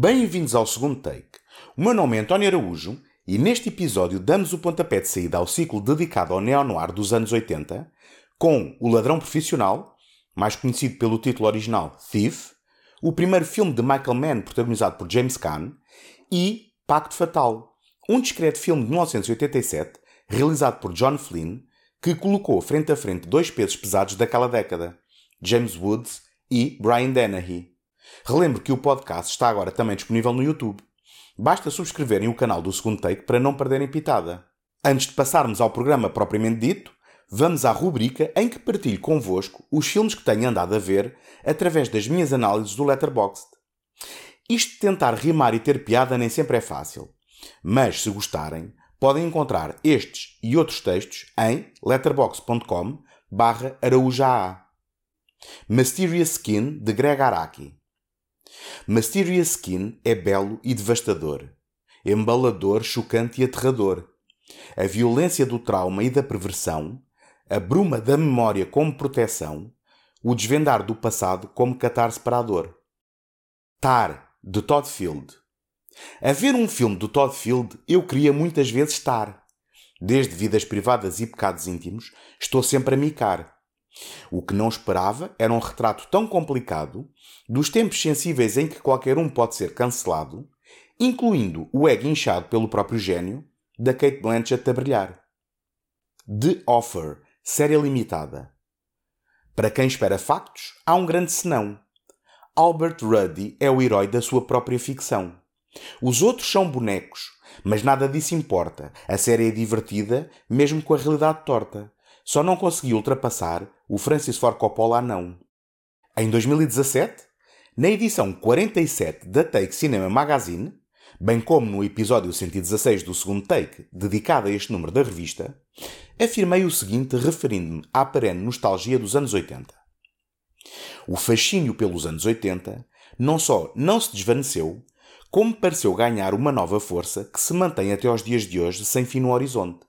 Bem-vindos ao segundo take. O meu nome é António Araújo e neste episódio damos o pontapé de saída ao ciclo dedicado ao neo-noir dos anos 80 com O Ladrão Profissional, mais conhecido pelo título original Thief, o primeiro filme de Michael Mann protagonizado por James Caan e Pacto Fatal, um discreto filme de 1987 realizado por John Flynn que colocou frente a frente dois pesos pesados daquela década, James Woods e Brian Dennehy. Relembro que o podcast está agora também disponível no YouTube. Basta subscreverem o canal do Segundo Take para não perderem pitada. Antes de passarmos ao programa propriamente dito, vamos à rubrica em que partilho convosco os filmes que tenho andado a ver através das minhas análises do Letterboxd. Isto de tentar rimar e ter piada nem sempre é fácil, mas se gostarem, podem encontrar estes e outros textos em letterboxd.com/araújaa. Mysterious Skin, de Greg Araki. Mysterious Skin é belo e devastador, embalador, chocante e aterrador. A violência do trauma e da perversão, a bruma da memória como proteção, o desvendar do passado como catarse para a dor. Tar, de Todd Field. A ver um filme do Todd Field, eu queria muitas vezes estar. Desde Vidas Privadas e Pecados Íntimos, estou sempre a micar. O que não esperava era um retrato tão complicado dos tempos sensíveis em que qualquer um pode ser cancelado, incluindo o ego inchado pelo próprio gênio da Cate Blanchett a brilhar. The Offer, série limitada. Para quem espera factos, há um grande senão. Albert Ruddy é o herói da sua própria ficção. Os outros são bonecos, mas nada disso importa. A série é divertida, mesmo com a realidade torta. Só não conseguiu ultrapassar o Francis Ford Coppola não. Em 2017, na edição 47 da Take Cinema Magazine, bem como no episódio 116 do segundo Take, dedicado a este número da revista, afirmei o seguinte referindo-me à perene nostalgia dos anos 80. O fascínio pelos anos 80 não só não se desvaneceu, como pareceu ganhar uma nova força que se mantém até aos dias de hoje sem fim no horizonte.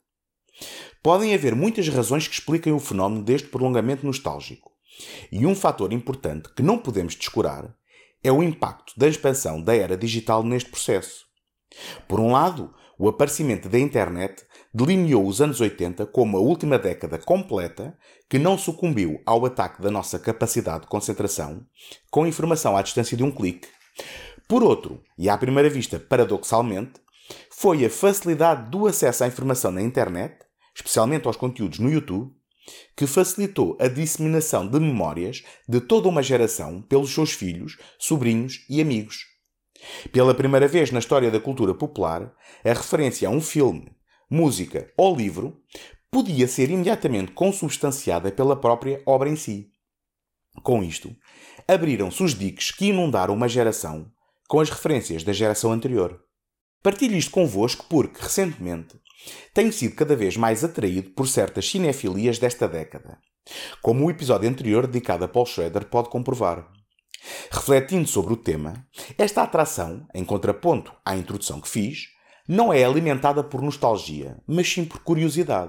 Podem haver muitas razões que expliquem o fenómeno deste prolongamento nostálgico. E um fator importante que não podemos descurar é o impacto da expansão da era digital neste processo. Por um lado, o aparecimento da internet delineou os anos 80 como a última década completa que não sucumbiu ao ataque da nossa capacidade de concentração com informação à distância de um clique. Por outro, e à primeira vista paradoxalmente, foi a facilidade do acesso à informação na internet, especialmente aos conteúdos no YouTube, que facilitou a disseminação de memórias de toda uma geração pelos seus filhos, sobrinhos e amigos. Pela primeira vez na história da cultura popular, a referência a um filme, música ou livro podia ser imediatamente consubstanciada pela própria obra em si. Com isto, abriram-se os diques que inundaram uma geração com as referências da geração anterior. Partilho isto convosco porque, recentemente, tenho sido cada vez mais atraído por certas cinefilias desta década, como o episódio anterior dedicado a Paul Schrader pode comprovar. Refletindo sobre o tema, esta atração, em contraponto à introdução que fiz, não é alimentada por nostalgia, mas sim por curiosidade.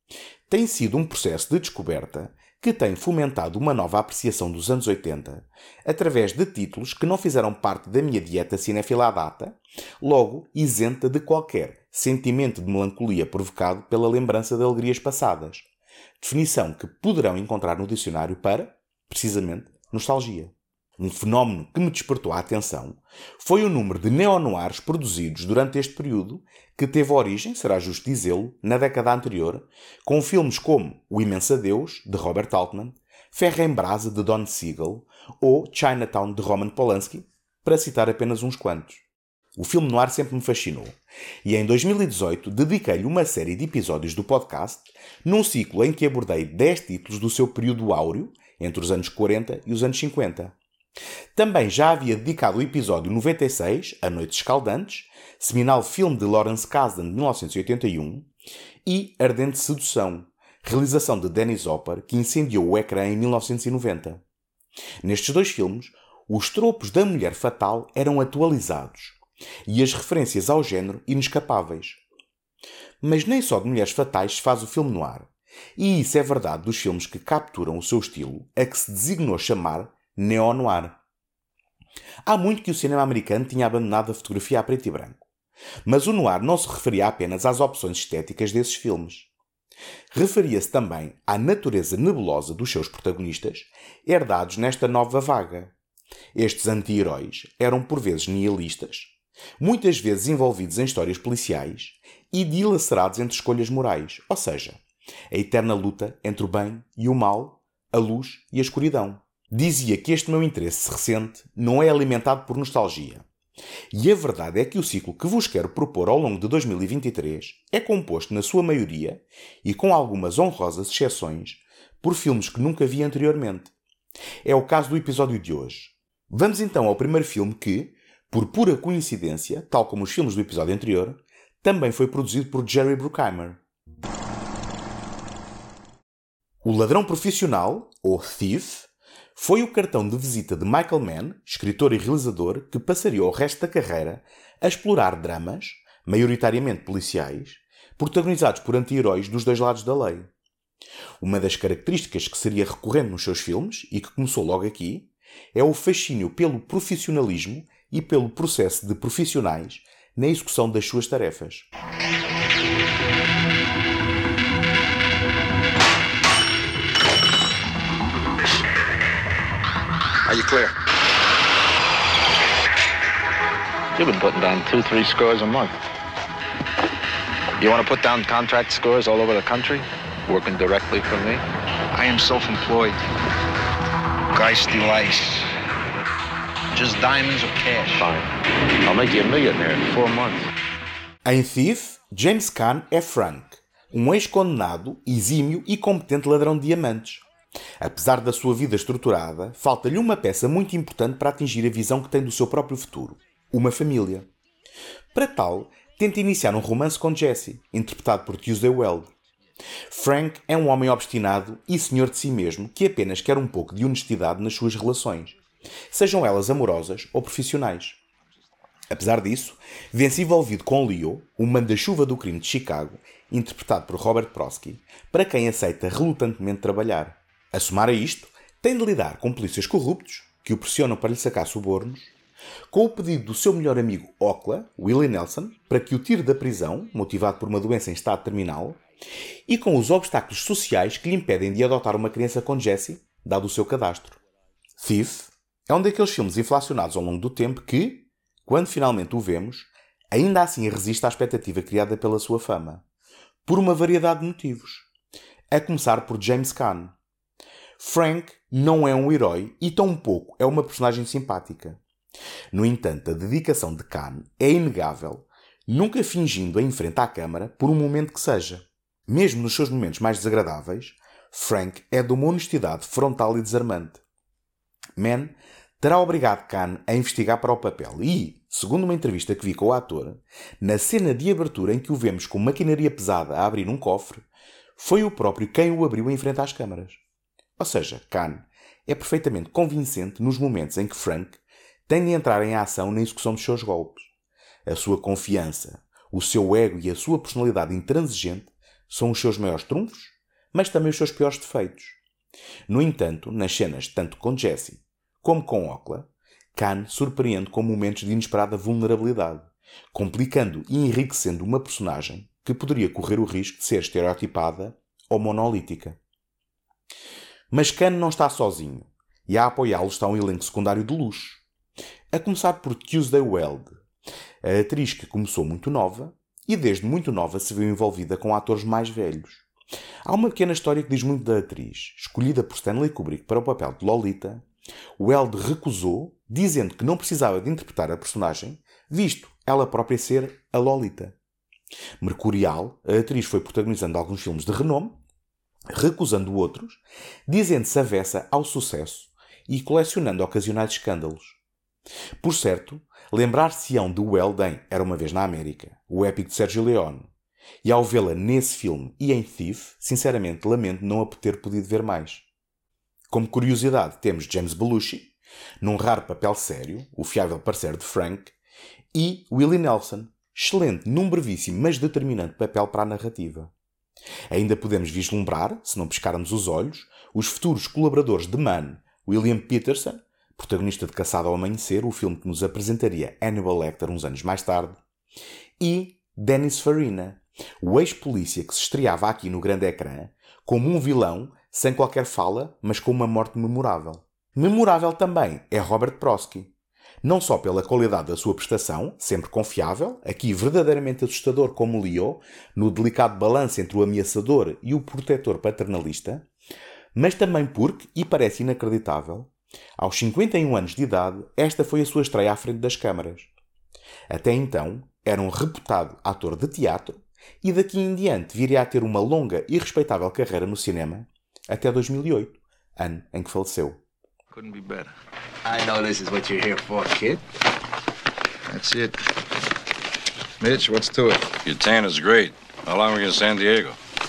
Tem sido um processo de descoberta que tem fomentado uma nova apreciação dos anos 80 através de títulos que não fizeram parte da minha dieta cinéfila à data, logo isenta de qualquer sentimento de melancolia provocado pela lembrança de alegrias passadas, definição que poderão encontrar no dicionário para, precisamente, nostalgia. Um fenómeno que me despertou a atenção foi o número de neo-noirs produzidos durante este período, que teve origem, será justo dizê-lo, na década anterior, com filmes como O Imenso Adeus, de Robert Altman, Ferro em Brasa, de Don Siegel, ou Chinatown, de Roman Polanski, para citar apenas uns quantos. O filme noir sempre me fascinou, e em 2018 dediquei-lhe uma série de episódios do podcast, num ciclo em que abordei 10 títulos do seu período áureo, entre os anos 40 e os anos 50. Também já havia dedicado o episódio 96, A Noites Escaldantes, seminal filme de Lawrence Kasdan de 1981, e Ardente Sedução, realização de Dennis Hopper, que incendiou o ecrã em 1990. Nestes dois filmes, os tropos da mulher fatal eram atualizados e as referências ao género inescapáveis. Mas nem só de mulheres fatais se faz o filme noir, e isso é verdade dos filmes que capturam o seu estilo, a que se designou chamar neo-noir. Há muito que o cinema americano tinha abandonado a fotografia a preto e branco. Mas o noir não se referia apenas às opções estéticas desses filmes. Referia-se também à natureza nebulosa dos seus protagonistas, herdados nesta nova vaga. Estes anti-heróis eram por vezes nihilistas, muitas vezes envolvidos em histórias policiais e dilacerados entre escolhas morais, ou seja, a eterna luta entre o bem e o mal, a luz e a escuridão. Dizia que este meu interesse recente não é alimentado por nostalgia. E a verdade é que o ciclo que vos quero propor ao longo de 2023 é composto na sua maioria, e com algumas honrosas exceções, por filmes que nunca vi anteriormente. É o caso do episódio de hoje. Vamos então ao primeiro filme que, por pura coincidência, tal como os filmes do episódio anterior, também foi produzido por Jerry Bruckheimer. O Ladrão Profissional, ou Thief, foi o cartão de visita de Michael Mann, escritor e realizador, que passaria o resto da carreira a explorar dramas, maioritariamente policiais, protagonizados por anti-heróis dos dois lados da lei. Uma das características que seria recorrente nos seus filmes, e que começou logo aqui, é o fascínio pelo profissionalismo e pelo processo de profissionais na execução das suas tarefas. Are you clear? You've been putting down 2-3 scores a month. You want to put down contract scores all over the country, working directly for me? I am self-employed. Guys steal ice. Just diamonds or cash. Fine. I'll make you a millionaire in 4 months. Em Thief, James Caan é Frank, um ex-condenado, exímio e competente ladrão de diamantes. Apesar da sua vida estruturada, falta-lhe uma peça muito importante para atingir a visão que tem do seu próprio futuro: uma família. Para tal, tenta iniciar um romance com Jessie, interpretado por Tuesday Weld. Frank é um homem obstinado e senhor de si mesmo que apenas quer um pouco de honestidade nas suas relações, sejam elas amorosas ou profissionais. Apesar disso, vê-se envolvido com Leo, o manda-chuva do crime de Chicago, interpretado por Robert Prosky, para quem aceita relutantemente trabalhar. A somar a isto, tem de lidar com polícias corruptos, que o pressionam para lhe sacar subornos, com o pedido do seu melhor amigo Okla, Willie Nelson, para que o tire da prisão, motivado por uma doença em estado terminal, e com os obstáculos sociais que lhe impedem de adotar uma criança com Jessie, dado o seu cadastro. Thief é um daqueles filmes inflacionados ao longo do tempo que, quando finalmente o vemos, ainda assim resiste à expectativa criada pela sua fama, por uma variedade de motivos, a começar por James Caan. Frank não é um herói e tampouco é uma personagem simpática. No entanto, a dedicação de Caan é inegável, nunca fingindo em frente à câmara por um momento que seja. Mesmo nos seus momentos mais desagradáveis, Frank é de uma honestidade frontal e desarmante. Mann terá obrigado Caan a investigar para o papel e, segundo uma entrevista que vi com o ator, na cena de abertura em que o vemos com maquinaria pesada a abrir um cofre, foi o próprio quem o abriu em frente às câmaras. Ou seja, Caan é perfeitamente convincente nos momentos em que Frank tem de entrar em ação na execução dos seus golpes. A sua confiança, o seu ego e a sua personalidade intransigente são os seus maiores trunfos, mas também os seus piores defeitos. No entanto, nas cenas tanto com Jessie como com Okla, Caan surpreende com momentos de inesperada vulnerabilidade, complicando e enriquecendo uma personagem que poderia correr o risco de ser estereotipada ou monolítica. Mas Caan não está sozinho, e a apoiá-lo está um elenco secundário de luxo. A começar por Tuesday Weld, a atriz que começou muito nova e desde muito nova se viu envolvida com atores mais velhos. Há uma pequena história que diz muito da atriz. Escolhida por Stanley Kubrick para o papel de Lolita, Weld recusou, dizendo que não precisava de interpretar a personagem, visto ela própria ser a Lolita. Mercurial, a atriz foi protagonizando alguns filmes de renome, recusando outros, dizendo-se avessa ao sucesso e colecionando ocasionais escândalos. Por certo, lembrar-se-ão de Weld em Era uma Vez na América, o épico de Sergio Leone, e ao vê-la nesse filme e em Thief, sinceramente lamento não a ter podido ver mais. Como curiosidade, temos James Belushi, num raro papel sério, o fiável parceiro de Frank, e Willie Nelson, excelente num brevíssimo mas determinante papel para a narrativa. Ainda podemos vislumbrar, se não piscarmos os olhos, os futuros colaboradores de Mann, William Peterson, protagonista de Caçada ao Amanhecer, o filme que nos apresentaria Hannibal Lecter uns anos mais tarde, e Dennis Farina, o ex-polícia que se estreava aqui no grande ecrã como um vilão sem qualquer fala, mas com uma morte memorável. Memorável também é Robert Prosky, não só pela qualidade da sua prestação, sempre confiável, aqui verdadeiramente assustador como Leo, no delicado balanço entre o ameaçador e o protetor paternalista, mas também porque, e parece inacreditável, aos 51 anos de idade, esta foi a sua estreia à frente das câmaras. Até então, era um reputado ator de teatro e daqui em diante viria a ter uma longa e respeitável carreira no cinema até 2008, ano em que faleceu. Couldn't be better. I know this is what you're here for, kid. That's it. Mitch, what's to it? Your tan is great. How long are we in San Diego?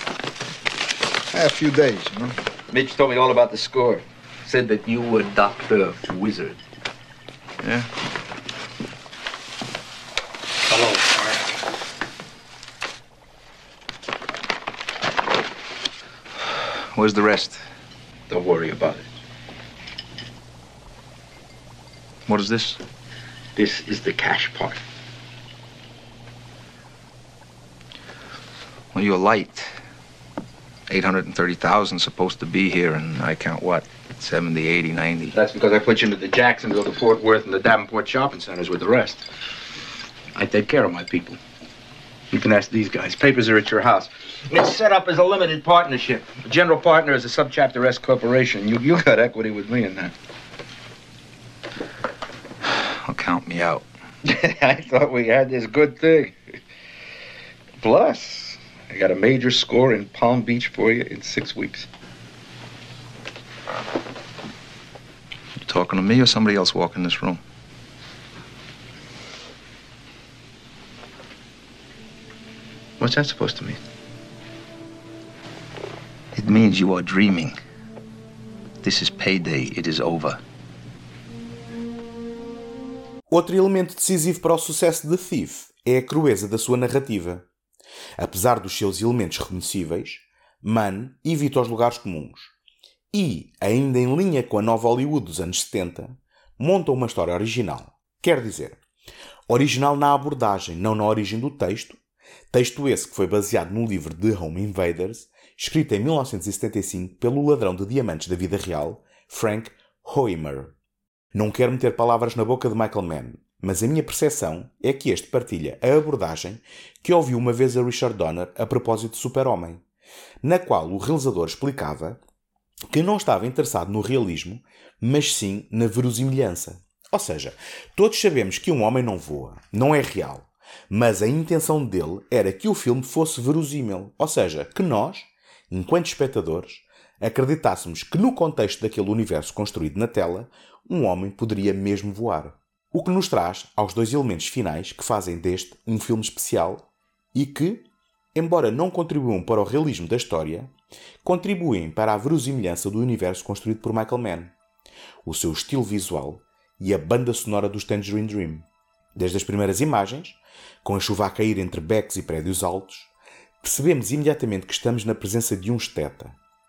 A few days, you know. Mitch told me all about the score. Said that you were Dr. Wizard. Yeah? Hello, Where's the rest? Don't worry about it. What is this? This is the cash part. Well, you're light. 830,000 supposed to be here, and I count what? 70, 80, 90. That's because I put you into the Jacksonville, the Fort Worth, and the Davenport shopping centers with the rest. I take care of my people. You can ask these guys. Papers are at your house. It's set up as a limited partnership. The general partner is a subchapter S corporation. You got equity with me in that. Well, count me out. I thought we had this good thing. Plus, I got a major score in Palm Beach for you in 6 weeks. You talking to me or somebody else walking this room? What's that supposed to mean? It means you are dreaming. This is payday. It is over. Outro elemento decisivo para o sucesso de Thief é a crueza da sua narrativa. Apesar dos seus elementos reconhecíveis, Mann evita os lugares comuns e, ainda em linha com a nova Hollywood dos anos 70, monta uma história original. Quer dizer, original na abordagem, não na origem do texto esse que foi baseado no livro The Home Invaders, escrito em 1975 pelo ladrão de diamantes da vida real, Frank Hoimer. Não quero meter palavras na boca de Michael Mann, mas a minha percepção é que este partilha a abordagem que ouviu uma vez a Richard Donner a propósito de Super-Homem, na qual o realizador explicava que não estava interessado no realismo, mas sim na verosimilhança. Ou seja, todos sabemos que um homem não voa, não é real, mas a intenção dele era que o filme fosse verosímil, ou seja, que nós, enquanto espectadores, acreditássemos que no contexto daquele universo construído na tela, um homem poderia mesmo voar. O que nos traz aos dois elementos finais que fazem deste um filme especial e que, embora não contribuam para o realismo da história, contribuem para a verosimilhança do universo construído por Michael Mann, o seu estilo visual e a banda sonora dos Tangerine Dream. Desde as primeiras imagens, com a chuva a cair entre becos e prédios altos, percebemos imediatamente que estamos na presença de um esteta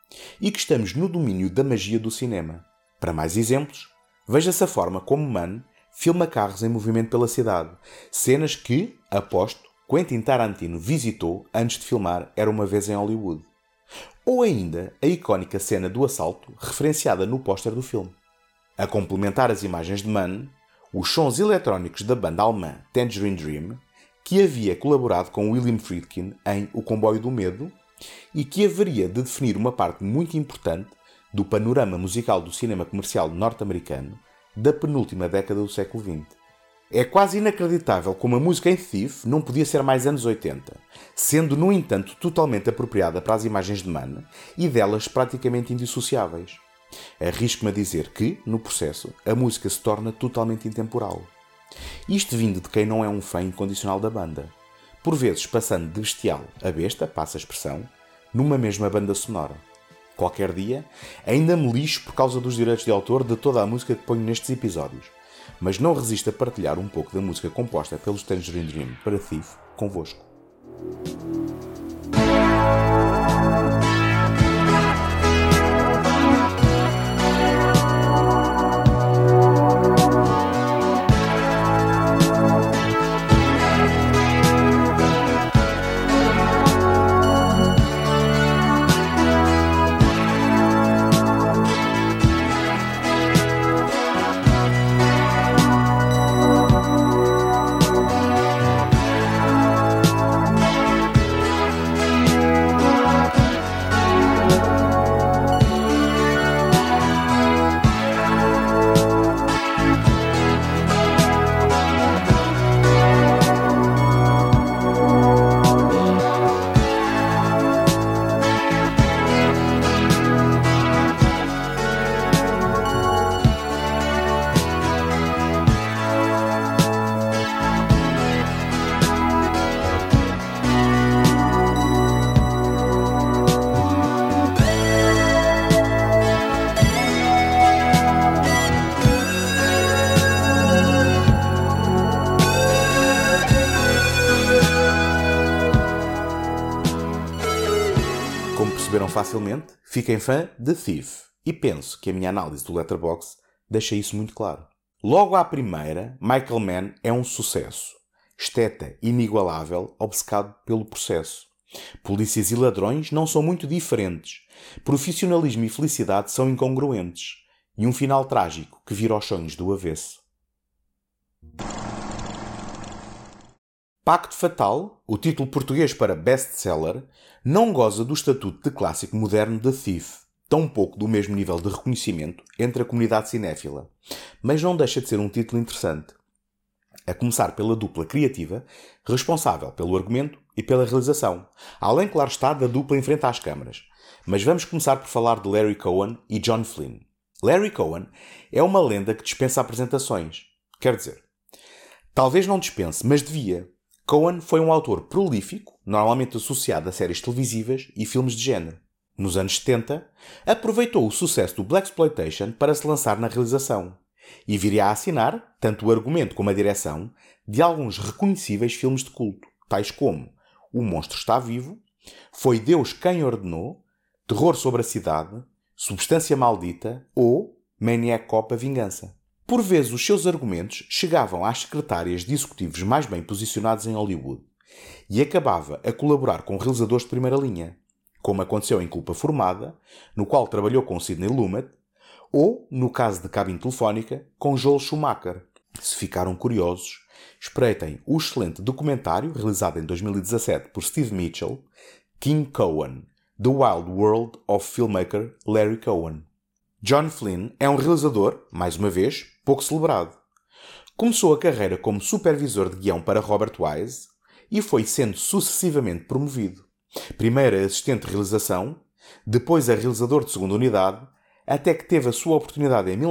e que estamos no domínio da magia do cinema. Para mais exemplos, veja-se a forma como Mann filma carros em movimento pela cidade, cenas que, aposto, Quentin Tarantino visitou antes de filmar Era Uma Vez em Hollywood. Ou ainda a icónica cena do assalto referenciada no póster do filme. A complementar as imagens de Mann, os sons eletrónicos da banda alemã Tangerine Dream, que havia colaborado com William Friedkin em O Comboio do Medo e que haveria de definir uma parte muito importante do panorama musical do cinema comercial norte-americano da penúltima década do século XX. É quase inacreditável como a música em Thief não podia ser mais anos 80, sendo, no entanto, totalmente apropriada para as imagens de Mann e delas praticamente indissociáveis. Arrisco-me a dizer que, no processo, a música se torna totalmente intemporal. Isto vindo de quem não é um fã incondicional da banda, por vezes passando de bestial a besta, passa a expressão, numa mesma banda sonora. Qualquer dia, ainda me lixo por causa dos direitos de autor de toda a música que ponho nestes episódios, mas não resisto a partilhar um pouco da música composta pelos Tangerine Dream para Thief convosco. facilmente, fiquem fã de Thief e penso que a minha análise do Letterboxd deixa isso muito claro. Logo à primeira, Michael Mann é um sucesso. Esteta inigualável, obcecado pelo processo. Polícias e ladrões não são muito diferentes. Profissionalismo e felicidade são incongruentes. E um final trágico que vira os sonhos do avesso. Pacto Fatal, o título português para best-seller, não goza do estatuto de clássico moderno de Thief, tampouco do mesmo nível de reconhecimento entre a comunidade cinéfila, mas não deixa de ser um título interessante. A começar pela dupla criativa, responsável pelo argumento e pela realização, além, claro está, da dupla em frente às câmaras. Mas vamos começar por falar de Larry Cohen e John Flynn. Larry Cohen é uma lenda que dispensa apresentações. Quer dizer, talvez não dispense, mas devia. Cohen foi um autor prolífico, normalmente associado a séries televisivas e filmes de género. Nos anos 70, aproveitou o sucesso do Blaxploitation para se lançar na realização e viria a assinar, tanto o argumento como a direção, de alguns reconhecíveis filmes de culto, tais como O Monstro Está Vivo, Foi Deus Quem Ordenou, Terror sobre a Cidade, Substância Maldita ou Maniac Cop a Vingança. Por vezes os seus argumentos chegavam às secretárias de executivos mais bem posicionados em Hollywood e acabava a colaborar com realizadores de primeira linha, como aconteceu em Culpa Formada, no qual trabalhou com Sidney Lumet, ou, no caso de Cabine Telefónica, com Joel Schumacher. Se ficaram curiosos, espreitem o excelente documentário realizado em 2017 por Steve Mitchell, King Cohen, The Wild World of Filmmaker Larry Cohen. John Flynn é um realizador, mais uma vez, pouco celebrado. Começou a carreira como supervisor de guião para Robert Wise e foi sendo sucessivamente promovido. Primeiro assistente de realização, depois a realizador de segunda unidade, até que teve a sua oportunidade em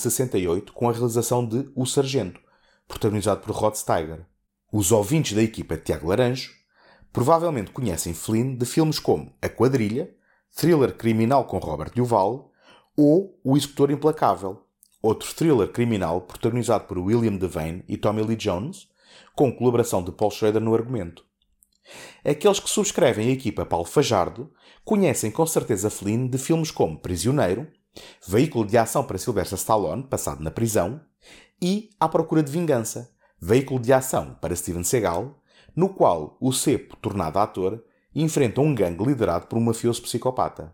1968 com a realização de O Sargento, protagonizado por Rod Steiger. Os ouvintes da equipa de Tiago Laranjo provavelmente conhecem Flynn de filmes como A Quadrilha, thriller criminal com Robert Duvall, ou O Executor Implacável, outro thriller criminal protagonizado por William Devane e Tommy Lee Jones, com colaboração de Paul Schrader no argumento. Aqueles que subscrevem a equipa Paulo Fajardo conhecem com certeza Flynn de filmes como Prisioneiro, veículo de ação para Sylvester Stallone, passado na prisão, e À Procura de Vingança, veículo de ação para Steven Seagal, no qual o cepo, tornado ator, enfrenta um gangue liderado por um mafioso psicopata.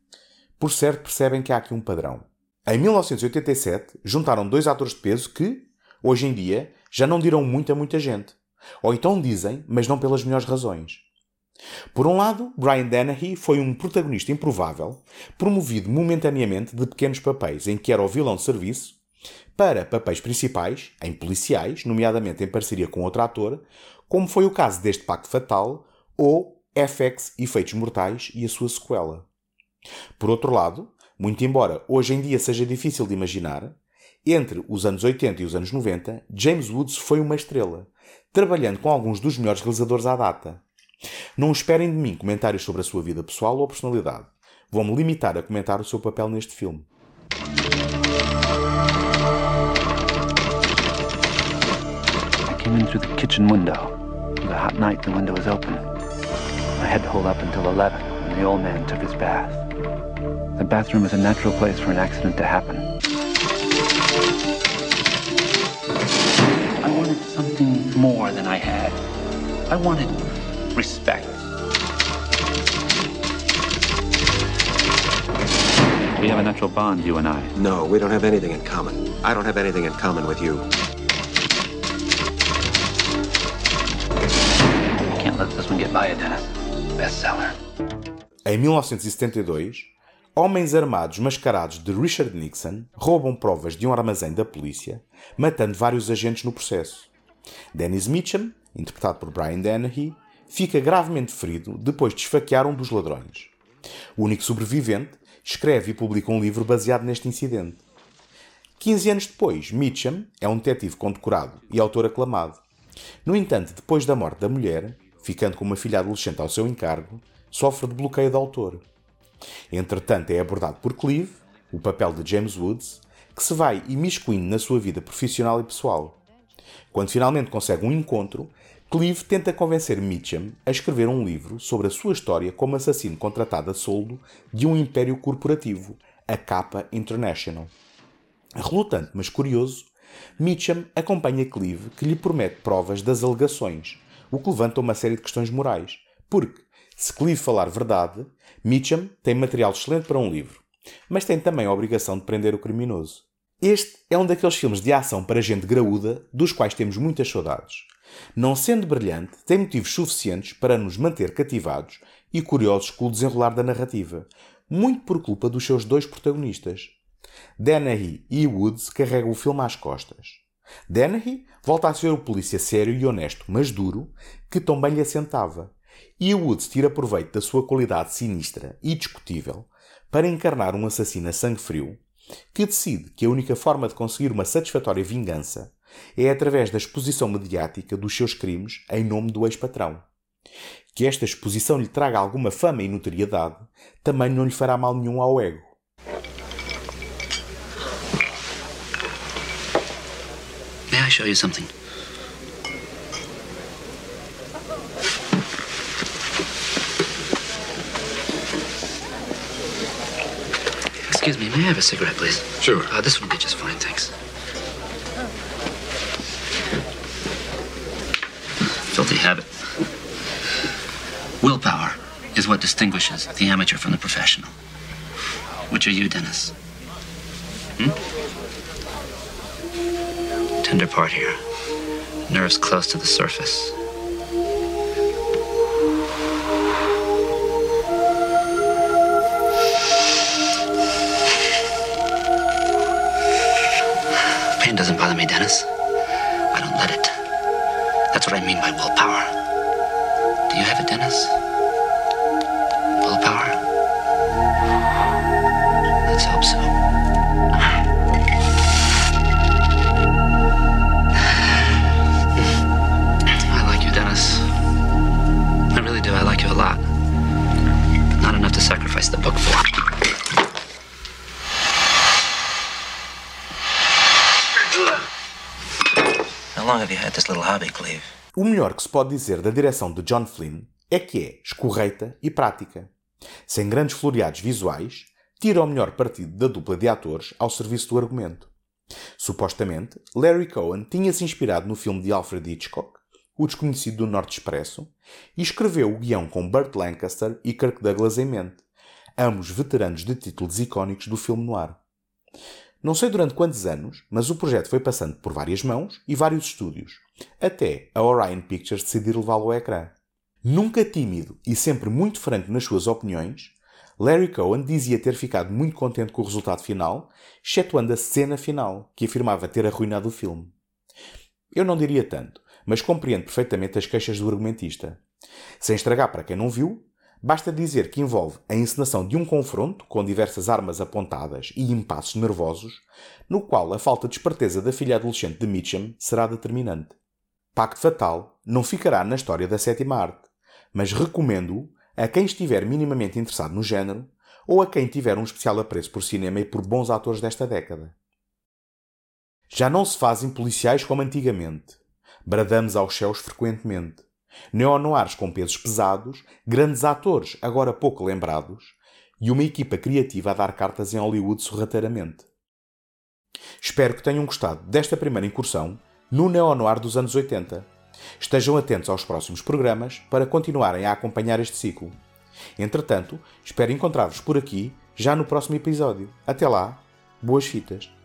Por certo, percebem que há aqui um padrão. Em 1987, juntaram dois atores de peso que, hoje em dia, já não dirão muito a muita gente. Ou então dizem, mas não pelas melhores razões. Por um lado, Brian Dennehy foi um protagonista improvável, promovido momentaneamente de pequenos papéis em que era o vilão de serviço, para papéis principais, em policiais, nomeadamente em parceria com outro ator, como foi o caso deste Pacto Fatal, ou FX Efeitos Mortais e a sua sequela. Por outro lado, muito embora hoje em dia seja difícil de imaginar, entre os anos 80 e os anos 90, James Woods foi uma estrela, trabalhando com alguns dos melhores realizadores à data. Não esperem de mim comentários sobre a sua vida pessoal ou personalidade. Vou-me limitar a comentar o seu papel neste filme. I came in through the kitchen window. It was a hot night, the window was open. I had to hold up until 11 when the old man took his bath. The bathroom is a natural place for an accident to happen. I wanted something more than I had. I wanted respect. We have a natural bond, you and I. No, we don't have anything in common. I don't have anything in common with you. Can't let this one get by you, Dennis. Bestseller. Em 1972, homens armados mascarados de Richard Nixon roubam provas de um armazém da polícia, matando vários agentes no processo. Dennis Meacham, interpretado por Brian Dennehy, fica gravemente ferido depois de esfaquear um dos ladrões. O único sobrevivente escreve e publica um livro baseado neste incidente. 15 anos depois, Meacham é um detetive condecorado e autor aclamado. No entanto, depois da morte da mulher, ficando com uma filha adolescente ao seu encargo, sofre de bloqueio de autor. Entretanto, é abordado por Cleve, o papel de James Woods, que se vai imiscuindo na sua vida profissional e pessoal. Quando finalmente consegue um encontro, Cleve tenta convencer Meacham a escrever um livro sobre a sua história como assassino contratado a soldo de um império corporativo, a Kappa International. Relutante, mas curioso, Meacham acompanha Cleve, que lhe promete provas das alegações, o que levanta uma série de questões morais, porque, se Cleve falar verdade, Meacham tem material excelente para um livro, mas tem também a obrigação de prender o criminoso. Este é um daqueles filmes de ação para gente graúda, dos quais temos muitas saudades. Não sendo brilhante, tem motivos suficientes para nos manter cativados e curiosos com o desenrolar da narrativa, muito por culpa dos seus dois protagonistas. Dennehy e Woods carregam o filme às costas. Dennehy volta a ser o polícia sério e honesto, mas duro, que tão bem lhe assentava, e Woods tira proveito da sua qualidade sinistra e discutível para encarnar um assassino a sangue frio, que decide que a única forma de conseguir uma satisfatória vingança é através da exposição mediática dos seus crimes em nome do ex-patrão. Que esta exposição lhe traga alguma fama e notoriedade também não lhe fará mal nenhum ao ego. May I show you something? Excuse me, may I have a cigarette, please? Sure. This would be just fine, thanks. Filthy habit. Willpower is what distinguishes the amateur from the professional. Which are you, Dennis? Tender part here. Nerves close to the surface. Pain doesn't bother me, Dennis. I don't let it. That's what I mean by willpower. Do you have it, Dennis? Willpower? Let's hope so. I like you, Dennis. I really do. I like you a lot. Not enough to sacrifice the book for. How long have you had this little hobby, Cleve? O melhor que se pode dizer da direção de John Flynn é que é escorreita e prática. Sem grandes floreados visuais, tira o melhor partido da dupla de atores ao serviço do argumento. Supostamente, Larry Cohen tinha-se inspirado no filme de Alfred Hitchcock, O Desconhecido do Norte Expresso, e escreveu o guião com Burt Lancaster e Kirk Douglas em mente, ambos veteranos de títulos icónicos do filme noir. Não sei durante quantos anos, mas o projeto foi passando por várias mãos e vários estúdios, até a Orion Pictures decidir levá-lo ao ecrã. Nunca tímido e sempre muito franco nas suas opiniões, Larry Cohen dizia ter ficado muito contente com o resultado final, excetuando a cena final, que afirmava ter arruinado o filme. Eu não diria tanto, mas compreendo perfeitamente as queixas do argumentista. Sem estragar para quem não viu, basta dizer que envolve a encenação de um confronto com diversas armas apontadas e impasses nervosos, no qual a falta de esperteza da filha adolescente de Meacham será determinante. Pacto Fatal não ficará na história da sétima arte, mas recomendo-o a quem estiver minimamente interessado no género ou a quem tiver um especial apreço por cinema e por bons atores desta década. Já não se fazem policiais como antigamente. Bradamos aos céus frequentemente. Neo-noirs com pesos pesados, grandes atores agora pouco lembrados e uma equipa criativa a dar cartas em Hollywood sorrateiramente. Espero que tenham gostado desta primeira incursão no neo-noir dos anos 80. Estejam atentos aos próximos programas para continuarem a acompanhar este ciclo. Entretanto, espero encontrar-vos por aqui já no próximo episódio. Até lá, boas fitas!